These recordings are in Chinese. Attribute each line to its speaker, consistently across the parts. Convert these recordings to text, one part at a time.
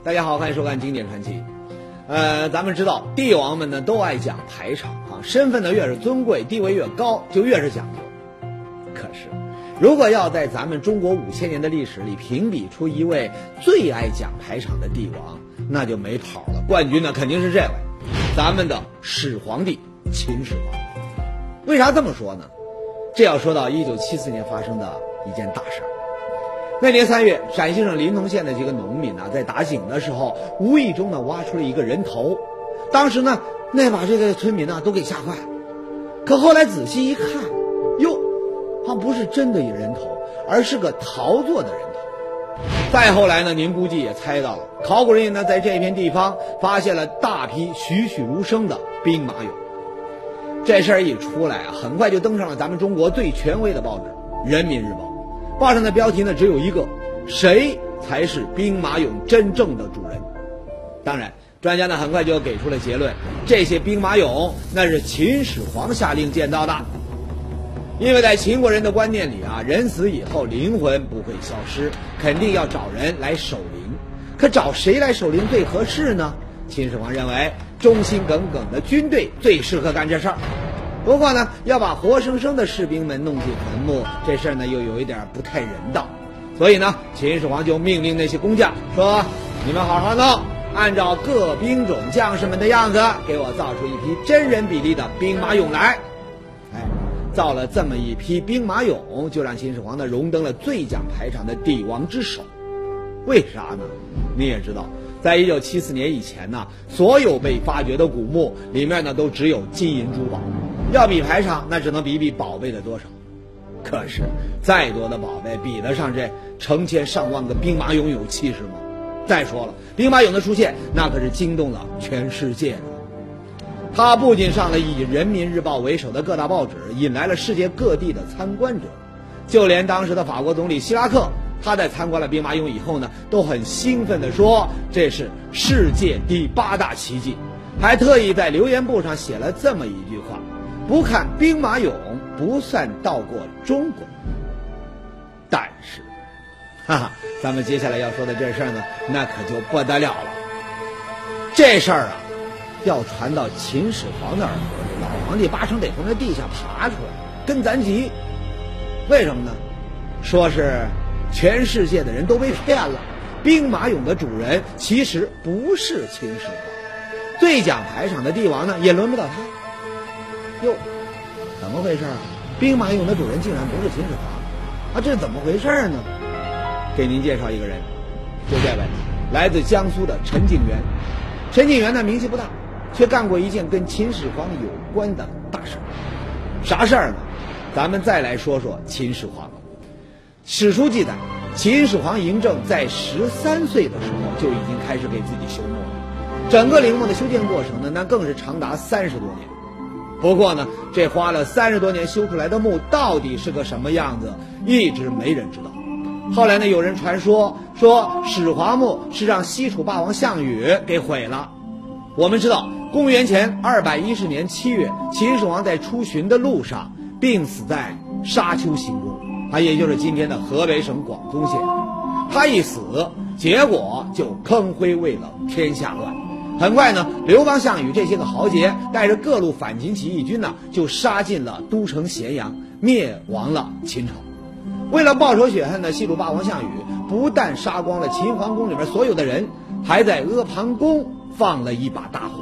Speaker 1: 大家好，欢迎收看经典传奇。咱们知道帝王们呢都爱讲排场啊，身份呢越是尊贵，地位越高，就越是讲究。可是，如果要在咱们中国5000年的历史里评比出一位最爱讲排场的帝王，那就没跑了。冠军呢肯定是这位，咱们的始皇帝秦始皇。为啥这么说呢？这要说到1974年发生的一件大事儿。那年3月，陕西省临潼县的几个农民在打井的时候，无意中挖出了一个人头。当时呢，那把这个村民都给吓坏了。可后来仔细一看，哟，它不是真的一人头，而是个陶做的人头。再后来呢，您估计也猜到了，考古人员在这片地方发现了大批栩栩如生的兵马俑。这事儿一出来很快就登上了咱们中国最权威的报纸《人民日报》。报上的标题呢只有一个：谁才是兵马俑真正的主人？当然，专家呢很快就给出了结论：这些兵马俑那是秦始皇下令建造的。因为在秦国人的观念里人死以后灵魂不会消失，肯定要找人来守灵。可找谁来守灵最合适呢？秦始皇认为忠心耿耿的军队最适合干这事儿。不过呢，要把活生生的士兵们弄进坟墓，这事儿呢又有一点不太人道。所以呢，秦始皇就命令那些工匠说：“你们好好弄，按照各兵种将士们的样子，给我造出一批真人比例的兵马俑来。”造了这么一批兵马俑，就让秦始皇呢荣登了最讲排场的帝王之首。为啥呢？你也知道，在1974年以前所有被发掘的古墓里面呢都只有金银珠宝。要比排场，那只能比宝贝的多少。可是再多的宝贝比得上这成千上万个兵马俑有气势吗？再说了，兵马俑的出现那可是惊动了全世界的。它不仅上了以人民日报为首的各大报纸，引来了世界各地的参观者。就连当时的法国总理希拉克，他在参观了兵马俑以后呢，都很兴奋地说这是世界第8大奇迹，还特意在留言簿上写了这么一句话：不看兵马俑不算到过中国。但是咱们接下来要说的这事儿呢，那可就不得了了。这事儿要传到秦始皇的耳朵里，老皇帝8成得从这地下爬出来跟咱急。为什么呢？说是全世界的人都被骗了，兵马俑的主人其实不是秦始皇，最讲排场的帝王呢也轮不到他。哟，怎么回事兵马俑的主人竟然不是秦始皇这是怎么回事呢？给您介绍一个人，就这位来自江苏的陈敬元。陈敬元呢名气不大，却干过一件跟秦始皇有关的大事。啥事儿呢？咱们再来说说秦始皇。史书记载，秦始皇嬴政在13岁的时候就已经开始给自己修墓了，整个陵墓的修建过程呢，那更是长达30多年。不过呢，这花了30多年修出来的墓到底是个什么样子，一直没人知道。后来呢，有人传说始皇墓是让西楚霸王项羽给毁了。我们知道，公元前210年7月，秦始皇在出巡的路上病死在沙丘行宫，也就是今天的河北省广宗县。他一死，结果就坑灰为了天下乱。很快呢，刘邦、项羽这些个豪杰带着各路反秦起义军就杀进了都城咸阳，灭亡了秦朝。为了报仇雪恨的西楚霸王项羽，不但杀光了秦皇宫里面所有的人，还在阿房宫放了一把大火。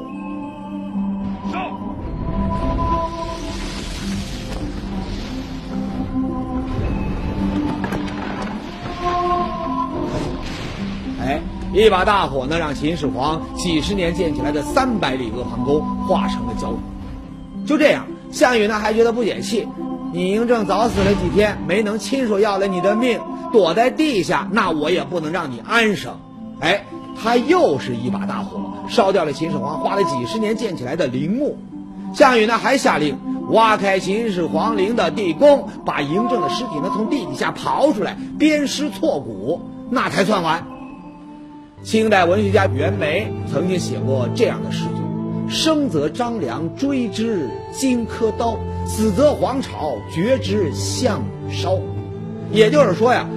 Speaker 1: 一把大火呢，让秦始皇几十年建起来的300里阿房宫化成了焦土。就这样，项羽呢还觉得不解气，你嬴政早死了几天，没能亲手要了你的命，躲在地下，那我也不能让你安生。他又是一把大火，烧掉了秦始皇花了几十年建起来的陵墓。项羽呢还下令挖开秦始皇陵的地宫，把嬴政的尸体呢从地底下刨出来，鞭尸错骨，那才算完。清代文学家袁枚曾经写过这样的诗句：生则张良追之荆轲刀，死则黄巢绝之项羽烧。也就是说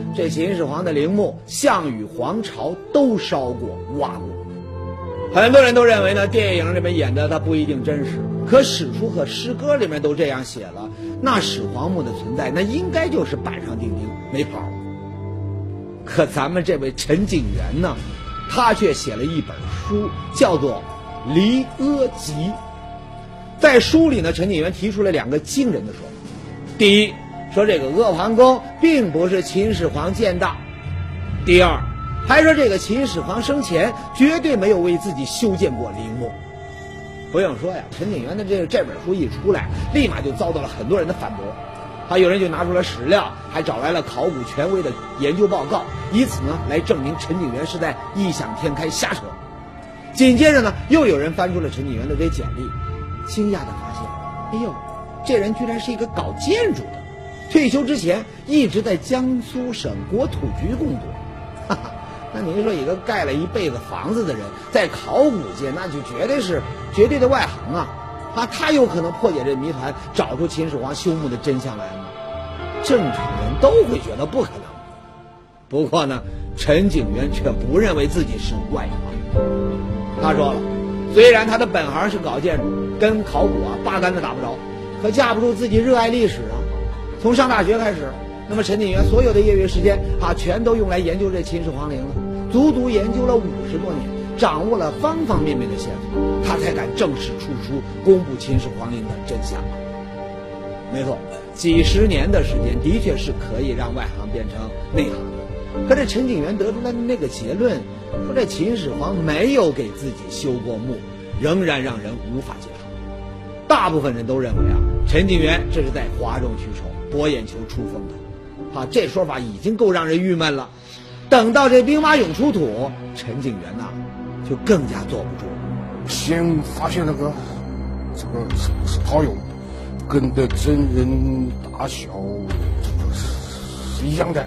Speaker 1: 这秦始皇的陵墓、项羽皇朝都烧过、挖过。很多人都认为呢，电影里面演的它不一定真实，可史书和诗歌里面都这样写了，那始皇墓的存在，那应该就是板上钉钉，没跑。可咱们这位陈景元呢，他却写了一本书，叫做《离阿集》。在书里呢，陈景元提出了2个惊人的说法。第一，说这个阿房宫并不是秦始皇建的；第二，还说这个秦始皇生前绝对没有为自己修建过陵墓。不用说呀，陈景元的这本书一出来，立马就遭到了很多人的反驳。有人就拿出了史料，还找来了考古权威的研究报告，以此呢来证明陈景元是在异想天开瞎扯。紧接着呢，又有人翻出了陈景元的这简历，惊讶地发现，哎呦，这人居然是一个搞建筑的，退休之前一直在江苏省国土局工作。哈哈，那您说一个盖了一辈子房子的人，在考古界那就绝对的外行啊！他有可能破解这谜团，找出秦始皇修墓的真相来吗？正常人都会觉得不可能。不过呢，陈景元却不认为自己是外行。他说了，虽然他的本行是搞建筑，跟考古八竿子打不着，可架不住自己热爱历史啊。从上大学开始，那么陈景元所有的业余时间全都用来研究这秦始皇陵了，足足研究了50多年，掌握了方方面面的线索，他才敢正式出书公布秦始皇陵的真相。没错，几十年的时间的确是可以让外行变成内行的。可这陈景元得出来的那个结论，说这秦始皇没有给自己修过墓，仍然让人无法接受。大部分人都认为陈景元这是在哗众取宠、博眼球、出风头。这说法已经够让人郁闷了。等到这兵马俑出土，陈景元就更加坐不住了。
Speaker 2: 先发现这个石涛俑，跟的真人大小是一样的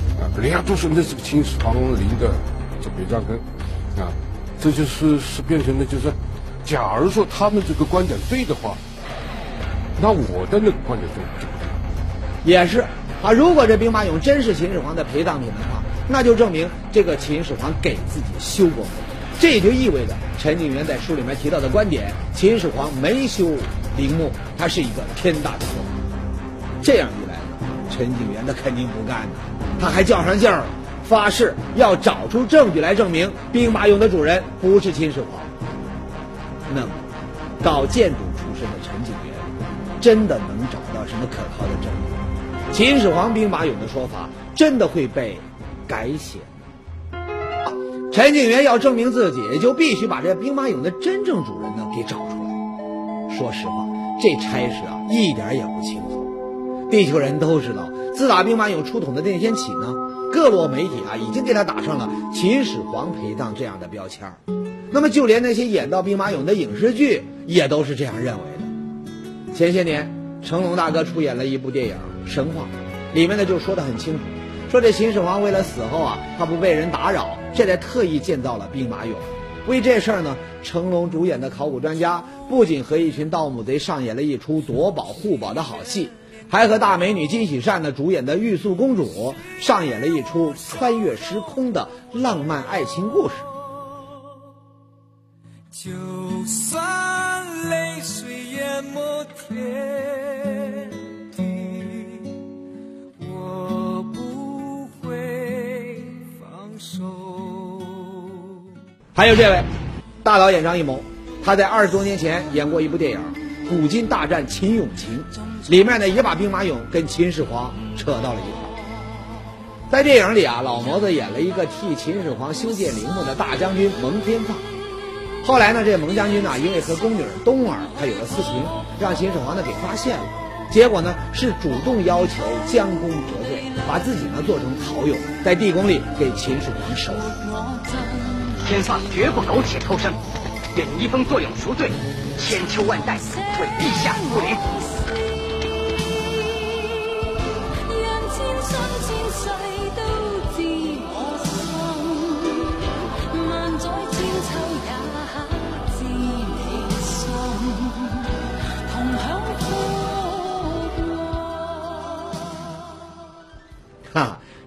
Speaker 2: ，2都是那是个秦始皇陵的这别章根这就是变成了就是假如说他们这个观点对的话，那我的那个观点就不对。
Speaker 1: 也是如果这兵马俑真是秦始皇的陪葬品的话，那就证明这个秦始皇给自己修过墓。这也就意味着陈景元在书里面提到的观点，秦始皇没修陵墓，它是一个天大的错误。这样一来，陈景元他肯定不干他还较上劲儿了，发誓要找出证据来证明兵马俑的主人不是秦始皇。那么，搞建筑出身的陈景元真的能找到什么可靠的证据？秦始皇兵马俑的说法真的会被改写吗？陈景元要证明自己，就必须把这兵马俑的真正主人给找出来。说实话，这差事一点也不轻松。地球人都知道，自打兵马俑出土的那天起呢，各国媒体已经给他打上了秦始皇陪葬这样的标签。那么就连那些演到兵马俑的影视剧也都是这样认为的。前些年成龙大哥出演了一部电影《神话》，里面就说得很清楚，说这秦始皇为了死后他不被人打扰，这才特意建造了兵马俑。为这事儿呢，成龙主演的考古专家不仅和一群盗墓贼上演了一出夺宝护宝的好戏，还和大美女金喜善主演的玉素公主上演了一出穿越时空的浪漫爱情故事。
Speaker 3: 就算泪水淹没天地，我不会放手。
Speaker 1: 还有这位大导演张艺谋，他在20多年前演过一部电影《古今大战秦俑情》，里面也把兵马俑跟秦始皇扯到了一块。在电影里老谋子演了一个替秦始皇修建陵墓的大将军蒙天放。后来呢，这蒙将军因为和宫女东儿他有了私情，让秦始皇给发现了。结果呢，是主动要求将功折罪，把自己做成陶俑，在地宫里给秦始皇守灵。
Speaker 4: 天放绝不苟且偷生，愿一封作俑赎罪，千秋万代为陛下护灵。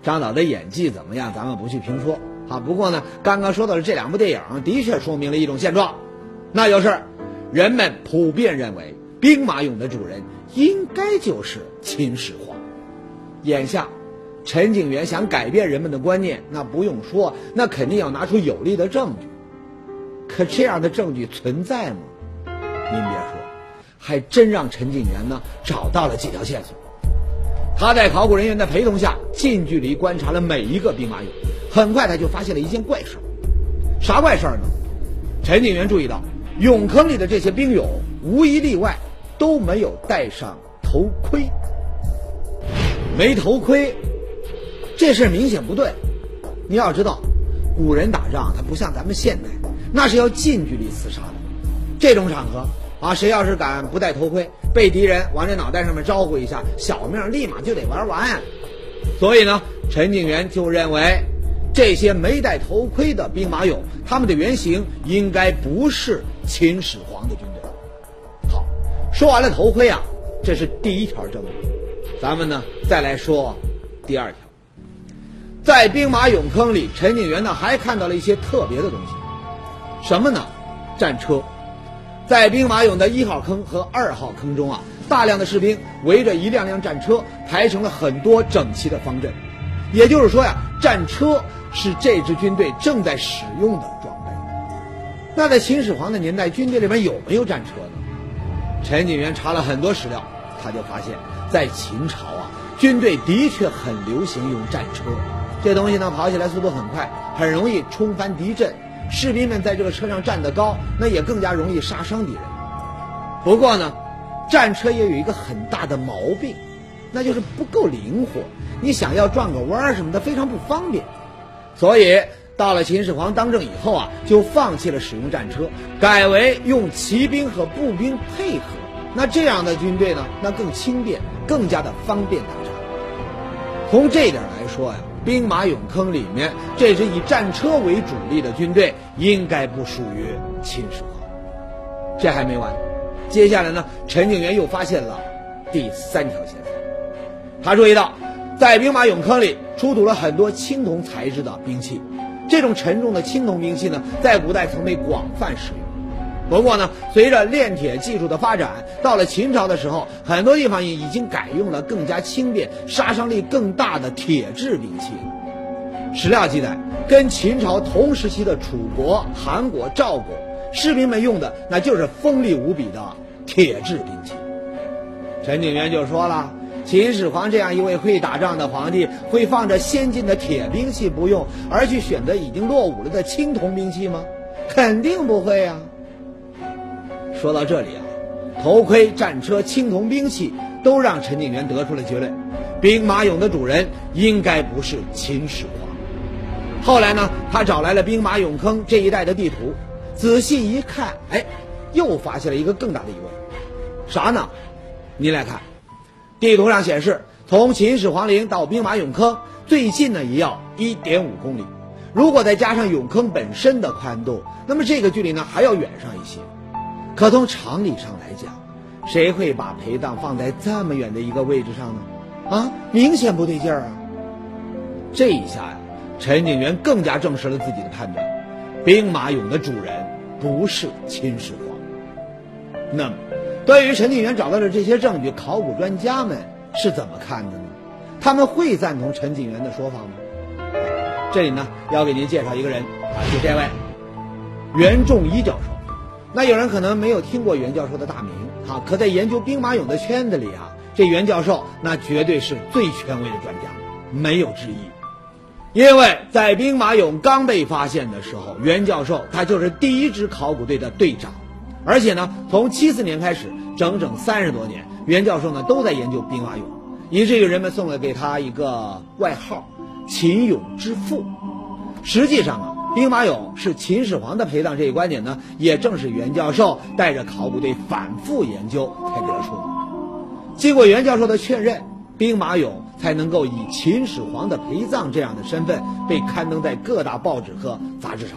Speaker 1: 张导的演技怎么样，咱们不去评说啊。不过呢，刚刚说到的这2部电影的确说明了一种现状，那就是人们普遍认为兵马俑的主人应该就是秦始皇。眼下陈景元想改变人们的观念，那不用说，那肯定要拿出有力的证据。可这样的证据存在吗？您别说，还真让陈景元呢找到了几条线索。他在考古人员的陪同下，近距离观察了每一个兵马俑，很快他就发现了一件怪事。啥怪事呢？陈景元注意到，俑坑里的这些兵俑无一例外都没有戴上头盔。没头盔，这事明显不对。你要知道，古人打仗他不像咱们现代，那是要近距离厮杀的。这种场合啊，谁要是敢不戴头盔，被敌人往这脑袋上面招呼一下，小命立马就得玩完。所以呢，陈景元就认为这些没戴头盔的兵马俑，他们的原型应该不是秦始皇的军队。好，说完了头盔啊，这是第一条证据。咱们呢再来说第2条。在兵马俑坑里，陈景元呢还看到了一些特别的东西。什么呢？战车。在兵马俑的1号坑和2号坑中啊，大量的士兵围着一辆辆战车排成了很多整齐的方阵。也就是说呀，战车是这支军队正在使用的装备。那在秦始皇的年代，军队里面有没有战车呢？陈景元查了很多史料，他就发现在秦朝啊，军队的确很流行用战车。这东西呢跑起来速度很快，很容易冲翻敌阵，士兵们在这个车上站得高，那也更加容易杀伤敌人。不过呢，战车也有一个很大的毛病，那就是不够灵活，你想要转个弯什么的非常不方便。所以到了秦始皇当政以后啊，就放弃了使用战车，改为用骑兵和步兵配合。那这样的军队呢，那更轻便，更加的方便打仗。从这一点来说呀，兵马俑坑里面这支以战车为主力的军队应该不属于秦始皇。这还没完，接下来呢，陈景元又发现了第3条线索。他注意到，在兵马俑坑里出土了很多青铜材质的兵器。这种沉重的青铜兵器呢，在古代曾被广泛使用。不过呢，随着炼铁技术的发展，到了秦朝的时候，很多地方已经改用了更加轻便、杀伤力更大的铁制兵器。史料记载，跟秦朝同时期的楚国、韩国、赵国，士兵们用的那就是锋利无比的铁制兵器。陈景元就说了，秦始皇这样一位会打仗的皇帝，会放着先进的铁兵器不用，而去选择已经落伍了的青铜兵器吗？肯定不会啊。说到这里啊，头盔、战车、青铜兵器都让陈景元得出了结论，兵马俑的主人应该不是秦始皇。后来呢，他找来了兵马俑坑这一带的地图，仔细一看，又发现了一个更大的疑问。啥呢？您来看，地图上显示，从秦始皇陵到兵马俑坑最近呢也要1.5公里，如果再加上俑坑本身的宽度，那么这个距离呢还要远上一些。可从常理上来讲，谁会把陪葬放在这么远的一个位置上呢？明显不对劲儿啊！这一下呀，陈景元更加证实了自己的判断，兵马俑的主人不是秦始皇。那么，对于陈景元找到的这些证据，考古专家们是怎么看的呢？他们会赞同陈景元的说法吗？这里呢，要给您介绍一个人就这位袁仲一教授。那有人可能没有听过袁教授的大名可在研究兵马俑的圈子里这袁教授那绝对是最权威的专家，没有之一。因为在兵马俑刚被发现的时候，袁教授他就是第一支考古队的队长，而且呢，从74年开始，整整30多年，袁教授呢都在研究兵马俑，以至于人们送了给他一个外号“秦俑之父”。实际上兵马俑是秦始皇的陪葬这一观点呢，也正是袁教授带着考古队反复研究才得出的。经过袁教授的确认，兵马俑才能够以秦始皇的陪葬这样的身份被刊登在各大报纸和杂志上。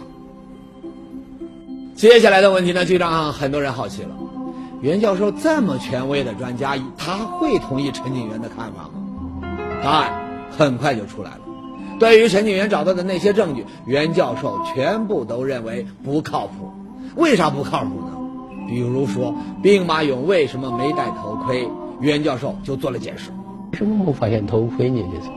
Speaker 1: 接下来的问题呢，就让很多人好奇了，袁教授这么权威的专家，他会同意陈景元的看法吗？答案很快就出来了。 对于陈景元找到的那些证据，袁教授全部都认为不靠谱。为啥不靠谱呢？比如说兵马俑为什么没戴头盔，袁教授就做了解释。
Speaker 5: 为什么没发现头盔呢？这是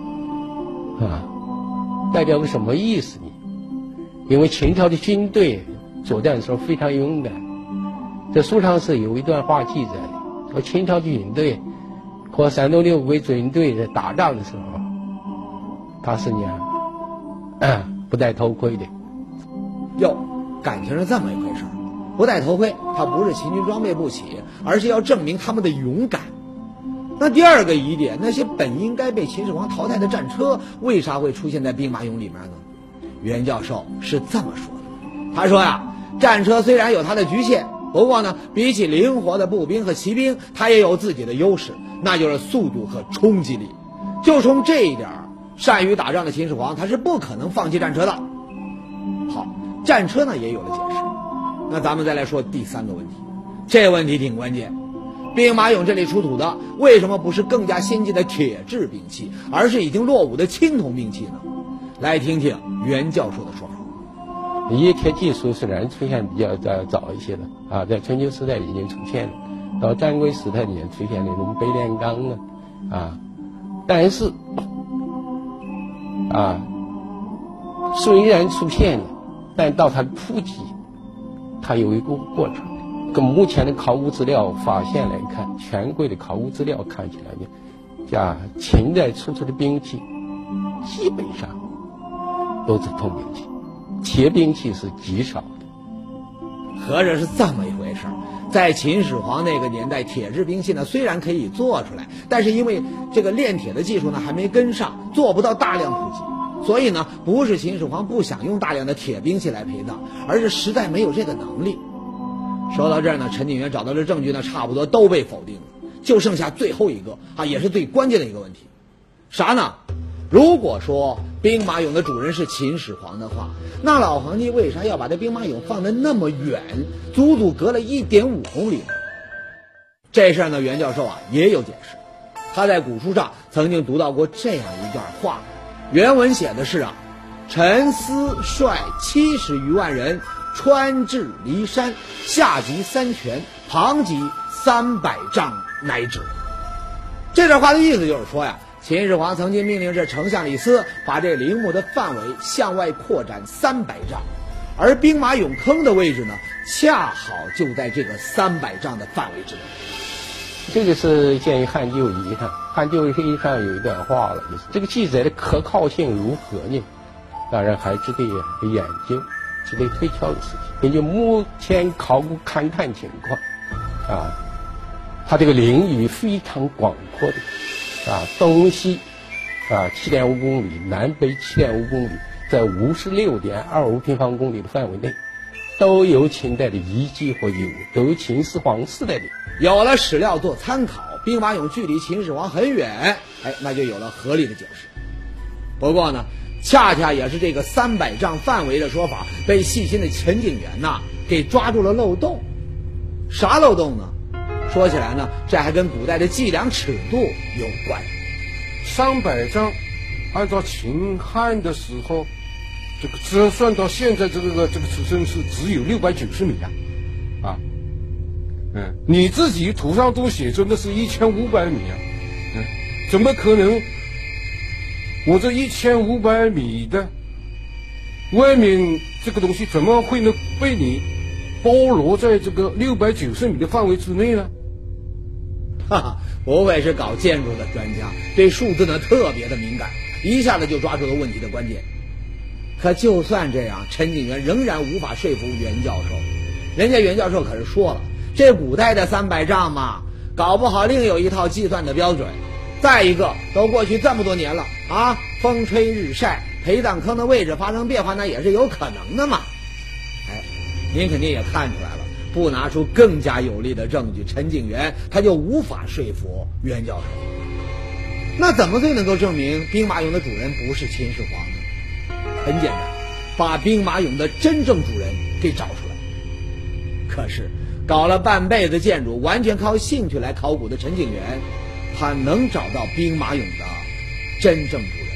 Speaker 5: 代表个什么意思呢？因为秦朝的军队作战的时候非常勇敢，这书上是有一段话记载的，说秦朝的军队和山东六国军队在打仗的时候，他是不戴头盔的。
Speaker 1: 哟，感情是这么一回事儿。不戴头盔，他不是秦军装备不起，而是要证明他们的勇敢。那第二个疑点，那些本应该被秦始皇淘汰的战车，为啥会出现在兵马俑里面呢？袁教授是这么说的，他说呀，战车虽然有它的局限，不过呢，比起灵活的步兵和骑兵，它也有自己的优势，那就是速度和冲击力。就从这一点，善于打仗的秦始皇他是不可能放弃战车的。好，战车呢也有了解释。那咱们再来说第三个问题，这个问题挺关键。兵马俑这里出土的为什么不是更加先进的铁制兵器，而是已经落伍的青铜兵器呢？来听听袁教授的说法。
Speaker 5: 冶铁技术虽然出现比较早一些的在春秋时代已经出现了，到战国时代里面出现那种背炼钢但是虽然出现了，但到它普及，它有一个过程。跟目前的考古资料发现来看，全国的考古资料看起来呢，秦代出土的兵器基本上都是铜兵器，铁兵器是极少的。
Speaker 1: 合着是这么一回事儿。在秦始皇那个年代，铁制兵器呢虽然可以做出来，但是因为这个炼铁的技术呢还没跟上，做不到大量普及，所以呢不是秦始皇不想用大量的铁兵器来陪葬，而是实在没有这个能力。说到这儿呢，陈景元找到的证据呢差不多都被否定了，就剩下最后一个也是最关键的一个问题，啥呢？如果说兵马俑的主人是秦始皇的话，那老皇帝为啥要把这兵马俑放得那么远，足足隔了1.5公里呢？这事儿呢，袁教授也有解释。他在古书上曾经读到过这样一段话，原文写的是陈思率70余万人穿至骊山，下及3泉，旁及300丈乃止。这段话的意思就是说秦始皇曾经命令这丞相李斯把这陵墓的范围向外扩展300丈，而兵马俑坑的位置呢，恰好就在这个300丈的范围之内。
Speaker 5: 这个是见于汉旧仪上，汉旧仪上有一段话了，就是这个记载的可靠性如何呢？当然还值得研究，值得推敲的事情。根据目前考古勘探情况它这个领域非常广阔的东西7.5公里，南北7.5公里，在56.25平方公里的范围内，都有秦代的遗迹或遗物，都有秦始皇时代的。
Speaker 1: 有了史料做参考，兵马俑距离秦始皇很远，那就有了合理的解释。不过呢，恰恰也是这个300丈范围的说法，被细心的陈景元给抓住了漏洞。啥漏洞呢？说起来呢，这还跟古代的计量尺度有关。
Speaker 2: 300丈，按照秦汉的时候，这个折算到现在这个尺寸是只有690米你自己图上都写着那是1500米怎么可能？我这1500米的外面这个东西怎么会能被你包罗在这个690米的范围之内呢？
Speaker 1: 不愧是搞建筑的专家，对数字呢特别的敏感，一下子就抓住了问题的关键。可就算这样，陈景元仍然无法说服袁教授。人家袁教授可是说了，这古代的300丈嘛，搞不好另有一套计算的标准。再一个，都过去这么多年了风吹日晒，陪葬坑的位置发生变化，那也是有可能的嘛。您肯定也看出来了，不拿出更加有力的证据，陈景元他就无法说服袁教授。那怎么最能够证明兵马俑的主人不是秦始皇呢？很简单，把兵马俑的真正主人给找出来。可是搞了半辈子建筑，完全靠兴趣来考古的陈景元，他能找到兵马俑的真正主人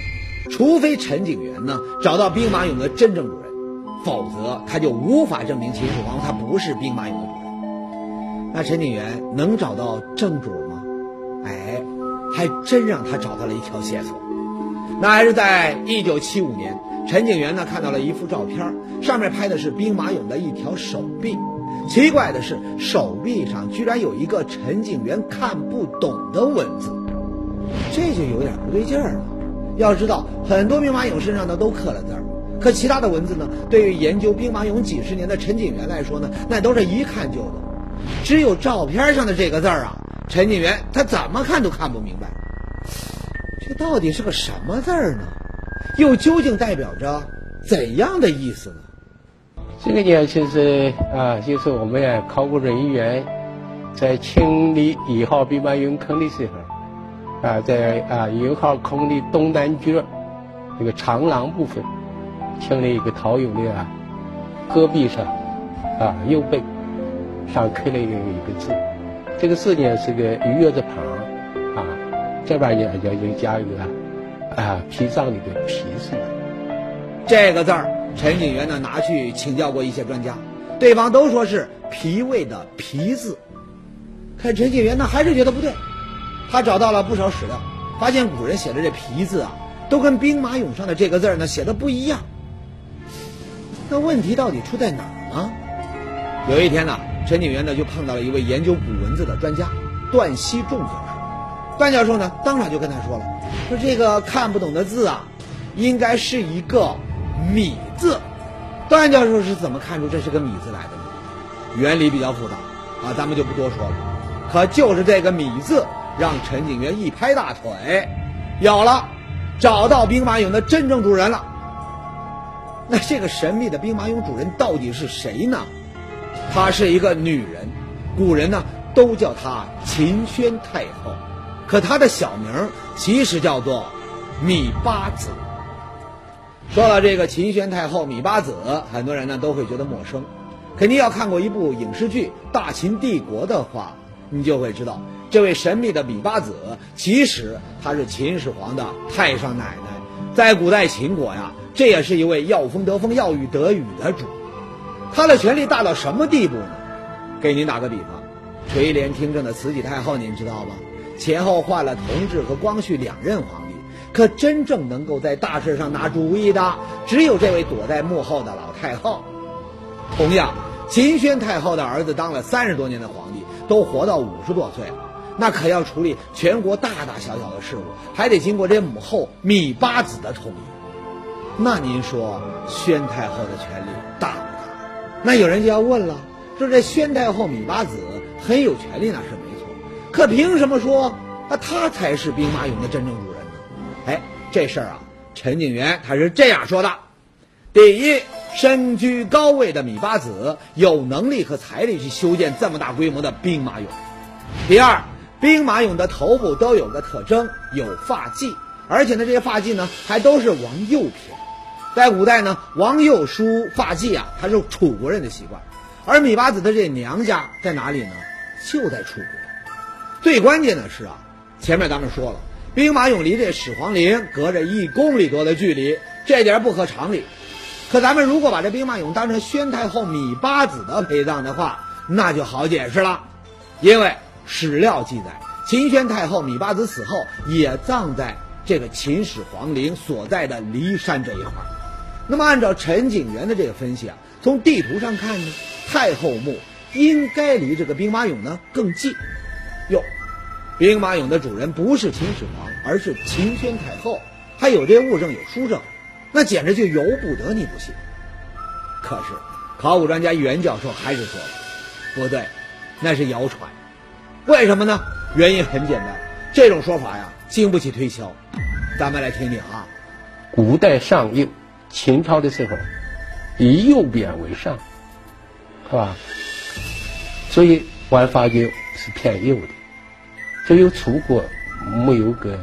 Speaker 1: 除非陈景元呢找到兵马俑的真正主人，否则他就无法证明秦始皇他不是兵马俑的主人。那陈景元能找到正主吗？哎，还真让他找到了一条线索。那还是在1975年，陈景元呢看到了一幅照片，上面拍的是兵马俑的一条手臂。奇怪的是，手臂上居然有一个陈景元看不懂的文字，这就有点不对劲儿了。要知道，很多兵马俑身上呢都刻了字儿，可其他的文字呢，对于研究兵马俑几十年的陈景元来说呢，那都是一看就懂。只有照片上的这个字儿啊，陈景元他怎么看都看不明白。这到底是个什么字儿呢？又究竟代表着怎样的意思呢？
Speaker 5: 这个呢，就是我们考古人员在清理1号兵马俑坑的时候，在1号坑的东南角这个长廊部分，清理一个陶俑的戈壁上，右背上刻了一个字，这个字呢是个月字旁，这边呢就加一个脾脏的一个脾字。
Speaker 1: 这个字儿，陈景元呢拿去请教过一些专家，对方都说是脾胃的脾字，可陈景元呢还是觉得不对。他找到了不少史料，发现古人写的这脾字都跟兵马俑上的这个字呢写的不一样。那问题到底出在哪儿呢？有一天呢，陈景元呢就碰到了一位研究古文字的专家段锡仲教授。段教授呢当场就跟他说了，说这个看不懂的字应该是一个米字。段教授是怎么看出这是个米字来的呢？原理比较复杂咱们就不多说了。可就是这个米字让陈景元一拍大腿，有了，找到兵马俑的真正主人了。那这个神秘的兵马俑主人到底是谁呢？她是一个女人，古人呢都叫她秦宣太后，可她的小名其实叫做芈八子。说到这个秦宣太后芈八子，很多人呢都会觉得陌生，肯定要看过一部影视剧《大秦帝国》的话，你就会知道这位神秘的芈八子其实她是秦始皇的太上奶奶，在古代秦国这也是一位要风得风要雨得雨的主。她的权力大到什么地步呢？给您打个比方，垂帘听政的慈禧太后您知道吗？前后换了同治和光绪2任皇帝，可真正能够在大事上拿主意的只有这位躲在幕后的老太后。同样，秦宣太后的儿子当了30多年的皇帝，都活到50多岁了，那可要处理全国大大小小的事务，还得经过这母后芈八子的同意。那您说宣太后的权力大不大？那有人就要问了，说这宣太后芈八子很有权力那是没错，可凭什么说她才是兵马俑的真正主人呢？这事儿陈景元他是这样说的：第一，身居高位的芈八子有能力和财力去修建这么大规模的兵马俑。第二，兵马俑的头部都有个特征，有发髻，而且呢这些发髻呢还都是往右偏。在古代呢，往右梳发髻它是楚国人的习惯，而芈八子的这娘家在哪里呢？就在楚国。最关键的是前面咱们说了，兵马俑离这始皇陵隔着1公里多的距离，这点不合常理。可咱们如果把这兵马俑当成宣太后芈八子的陪葬的话，那就好解释了。因为史料记载，秦宣太后芈八子死后也葬在这个秦始皇陵所在的骊山这一块。那么按照陈景元的这个分析从地图上看呢，太后墓应该离这个兵马俑呢更近。兵马俑的主人不是秦始皇，而是秦宣太后，还有这物证有书证，那简直就由不得你不信。可是考古专家袁教授还是说了，不对，那是谣传。为什么呢？原因很简单，这种说法经不起推敲。咱们来听听
Speaker 5: 古代上右，秦朝的时候以右边为上，是吧？所以玩法就是偏右的。这有楚国没有个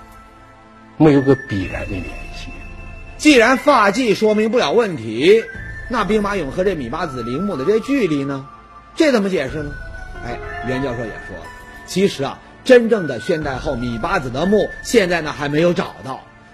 Speaker 5: 必然的联系。
Speaker 1: 既然发髻说明不了问题，那兵马俑和这芈八子陵墓的这距离呢？这怎么解释呢？袁教授也说了，其实真正的宣太后芈八子的墓现在呢还没有找到，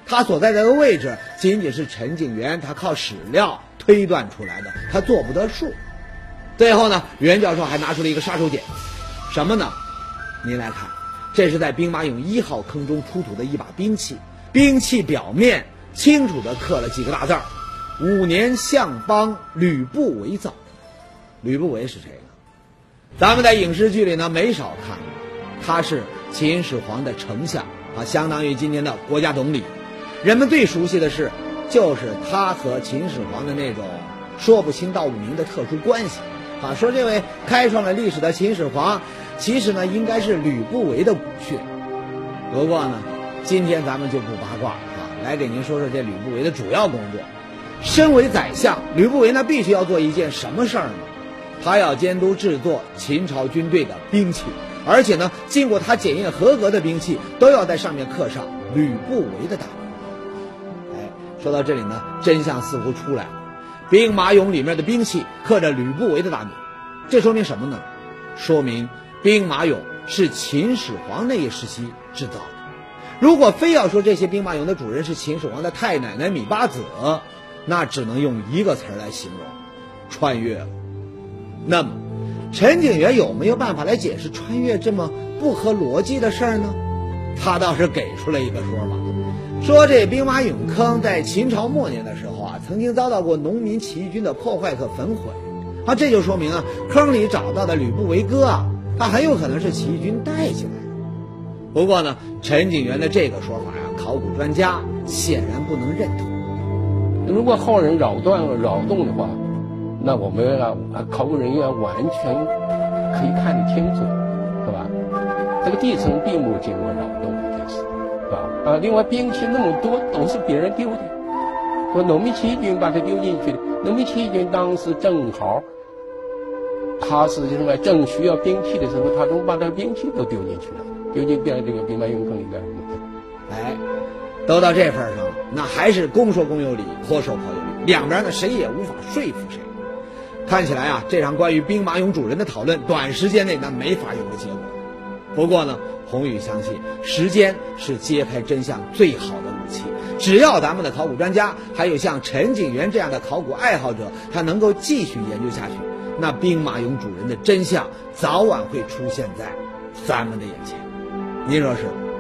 Speaker 1: 他所在的位置仅仅是陈景元他靠史料推断出来的，他做不得数。最后呢，袁教授还拿出了一个杀手锏，什么呢？您来看，这是在兵马俑1号坑中出土的一把兵器，兵器表面清楚地刻了几个大字儿：5年相邦吕不韦造。吕不韦是谁呢？咱们在影视剧里呢没少看过，他是秦始皇的丞相啊，相当于今天的国家总理。人们最熟悉的是，就是他和秦始皇的那种说不清道不明的特殊关系啊。说这位开创了历史的秦始皇，其实呢应该是吕不韦的母婿。不过呢，今天咱们就不八卦啊，来给您说说这吕不韦的主要工作。身为宰相，吕不韦呢必须要做一件什么事儿呢？他要监督制作秦朝军队的兵器，而且呢，经过他检验合格的兵器都要在上面刻上吕不韦的大名。说到这里呢，真相似乎出来了，兵马俑里面的兵器刻着吕不韦的大名，这说明什么呢？说明兵马俑是秦始皇那一时期制造的。如果非要说这些兵马俑的主人是秦始皇的太奶奶芈八子，那只能用一个词来形容：穿越了。那么陈景元有没有办法来解释穿越这么不合逻辑的事儿呢？他倒是给出了一个说法，说这兵马俑坑在秦朝末年的时候啊，曾经遭到过农民起义军的破坏和焚毁啊，这就说明啊，坑里找到的吕不韦哥啊，他很有可能是起义军带进来的。不过呢，陈景元的这个说法呀，考古专家显然不能认同。
Speaker 5: 如果后人扰动的话，那我们考古人员完全可以看得清楚，是吧？这个地层并没有经过扰动这件事，是吧？另外兵器那么多都是别人丢的，说农民起义军把它丢进去的。农民起义军当时正好，他是什么正需要兵器的时候，他都把这个兵器都丢进去了，丢进这个兵马俑坑里边。
Speaker 1: 哎，都到这份上了，那还是公说公有理，婆说婆有理，两边呢谁也无法说服谁。看起来啊，这场关于兵马俑主人的讨论，短时间内那没法有个结果。不过呢，宏宇相信时间是揭开真相最好的武器。只要咱们的考古专家还有像陈景元这样的考古爱好者，他能够继续研究下去，那兵马俑主人的真相早晚会出现在咱们的眼前。您说是？